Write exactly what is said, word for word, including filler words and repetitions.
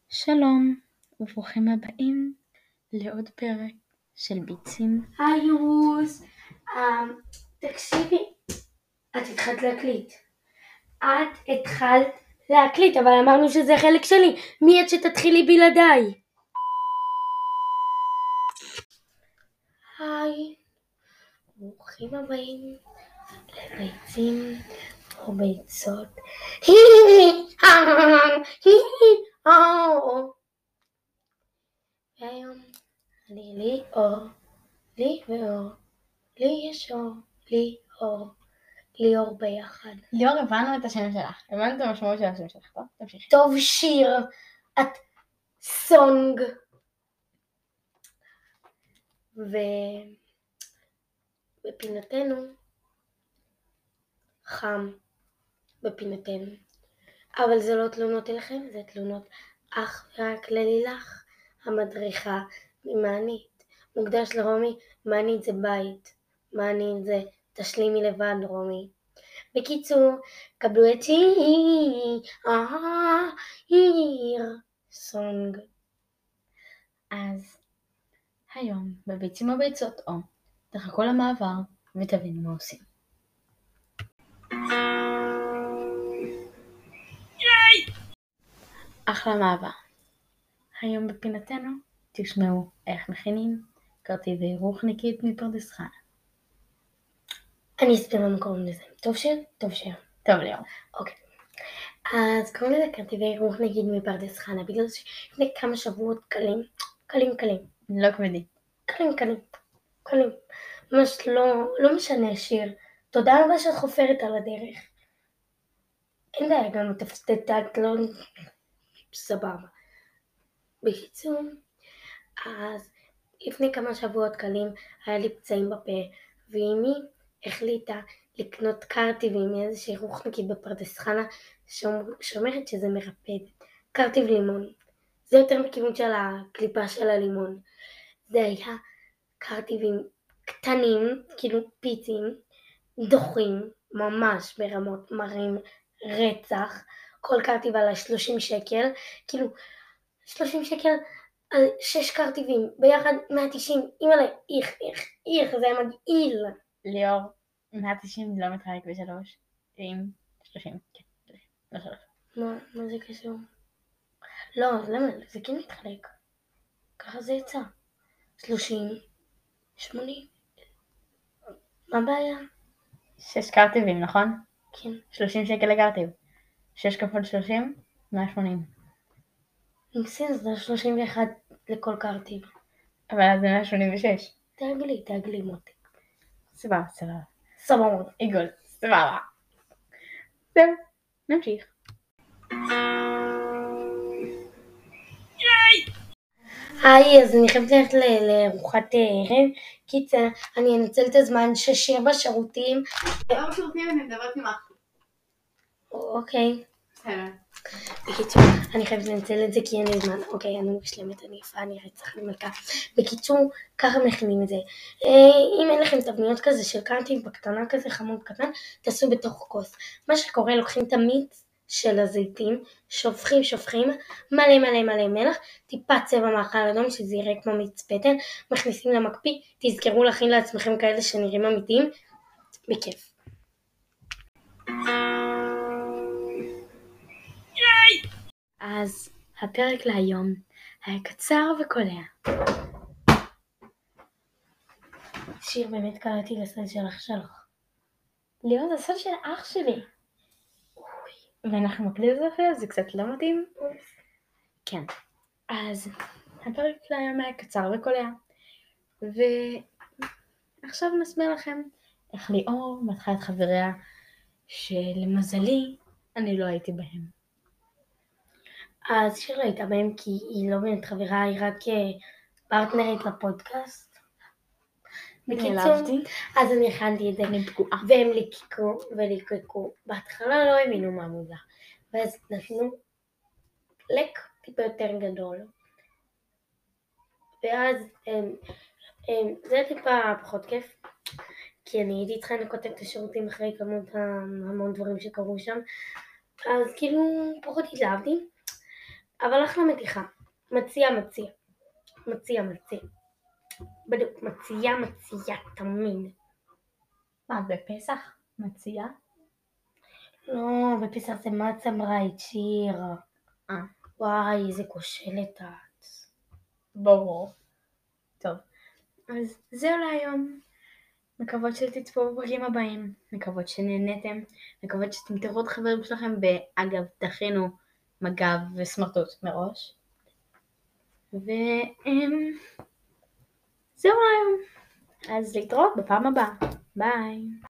שלום וברוכים הבאים לעוד פרק של ביצים. היי יורוס, תקשיבי, את התחלת להקליט. את התחלת להקליט, אבל אמרנו שזה חלק שלי. מי את שתתחילי בלעדיי? היי, ברוכים הבאים לביצים או ביצות. והיום אני לי אור, לי ואור, לי יש אור, לי אור, ליאור ביחד. ליאור, הבנו את השם שלך, הבנו את המשמעות של השם שלך, טוב? תמשיכי. טוב שיר, את סונג. ובפינתנו חם בפינתנו, אבל זה לא תלונות אליכם, זה תלונות אך ורק ללילך, המדריכה ממענית. מוקדש לרומי, מענית זה בית, מענית זה תשלימי לבד רומי. בקיצור, קבלו את שיר, סונג. אז היום בביצים או ביצות או תחכו למעבר ותבינו מה עושים. אחלה מעבר. היום בפינתנו תשמעו איך מכינים קרטיבי רוחניקית מפרדס חנה. אני אסביר מה קוראים לזה. טוב שיר? טוב שיר. טוב ליאור. אוקיי. אז קוראים לזה קרטיבי רוחניקית מפרדס חנה, בגלל שלפני כמה שבועות קלים, קלים קלים. לא כבדים. קלים קלים, קלים. ממש לא, לא משנה שיר. תודה רבה שאת חופרת על הדרך. אין דעה, גם תפתתת לא סבבה. בקיצור, אז לפני כמה שבועות קלים היה לי פצעים בפה, ואימי החליטה לקנות קרטיבים מאיזושהי רוחניקית בפרדס חנה שאומרת שזה מרפד. קרטיב לימון. זה יותר מכיוון של הקליפה של הלימון. זה היה קרטיבים קטנים, כאילו פיצים, דוחים, ממש ברמות מראים רצח. כל קרטיב על שלושים שקל, כאילו שלושים שקל על שש קרטיבים, ביחד מאה ותשעים, אימא'לה, איך, איך, איך, זה היה מגעיל. ליאור, מאה ותשעים לא מתחלק בשלוש, עם שלושים, כן, לא שלוש. מה, מה זה קשור? לא, למה? זה כן מתחלק. ככה זה יצא. שלושים, שמונים. מה הבעיה? שש קרטיבים, נכון? כן. שלושים שקל לקרטיב. שש כפול שלושים, מאה ושמונים. נקסין, זה שלושים ואחת לכל קרטיב. אבל אז זה מאה שמונים ושש. תעגלי, תעגלי מותי. סבבה, סבבה. סבבה מותי. עיגול, סבבה. זהו, נמשיך. היי, אז אני חייבת ללכת לארוחת ערב. קיצר, אני אנצל את הזמן ששיר בשירותים. לא בשירותים, אני מדברת עם אחי. אוקיי. בסדר. בקיצור, אני חייבת לנצל את זה כי אין לי זמן. אוקיי, אני משלמת, אני יפה, אני רצח, אני מלכה. בקיצור, ככה מכינים את זה. אם אין לכם תבניות כזה של קרטיב בקטנה כזה, חמוד קטן, תעשו בתוך כוס. מה שקורה, לוקחים את המיץ של הזיתים, שופכים, שופכים, מלא מלא מלא מלח, טיפה צבע מאכל אדום שזה יראה כמו מיץ פטל, מכניסים למקפיא, תזכרו להכין לעצמכם כאלה שנראים אמיתיים, בכיף. אז הפרק להיום היה קצר וקולע. שיר, באמת קראתי לסד של אח שלך. ליאור, זה סוד של אח שלי. ואנחנו מקליט את זה אפילו, זה קצת לא מתאים. כן. אז הפרק להיום היה קצר וקולע. ועכשיו נסביר לכם איך ליאור מתחה את חבריה, שלמזלי אני לא הייתי בהם. אז שיר לא הייתה בהם כי היא לא באמת חברה, היא רק פרטנרית לפודקאסט. בקיצור, אז אני הכנתי את זה, אני פגועה. והם ליקקו וליקקו. בהתחלה לא הבינו מה מוזר, ואז נתנו לק טיפה יותר גדול. ואז הם, הם, זה טיפה פחות כיף, כי אני הייתי צריכה לנקות את השירותים אחרי כמות המון דברים שקרו שם, אז כאילו פחות התלהבתי. אבל אחלה מתיחה. מציע מציע. מציע מציע. בדיוק, מציע מציע תמיד. מה, בפסח? מציעה? לא, בפסח זה מצה מרית שירה. אה, וואי, איזה כושלת את. ברור. טוב, אז זהו להיום. מקוות שתצפו בפרקים הבאים, מקוות שנהנתם, מקוות שאתם תראו את חברים שלכם, ואגב, תכינו מג"ב וסמרטוט מראש. וזהו להיום. אז להתראות בפעם הבאה. ביי.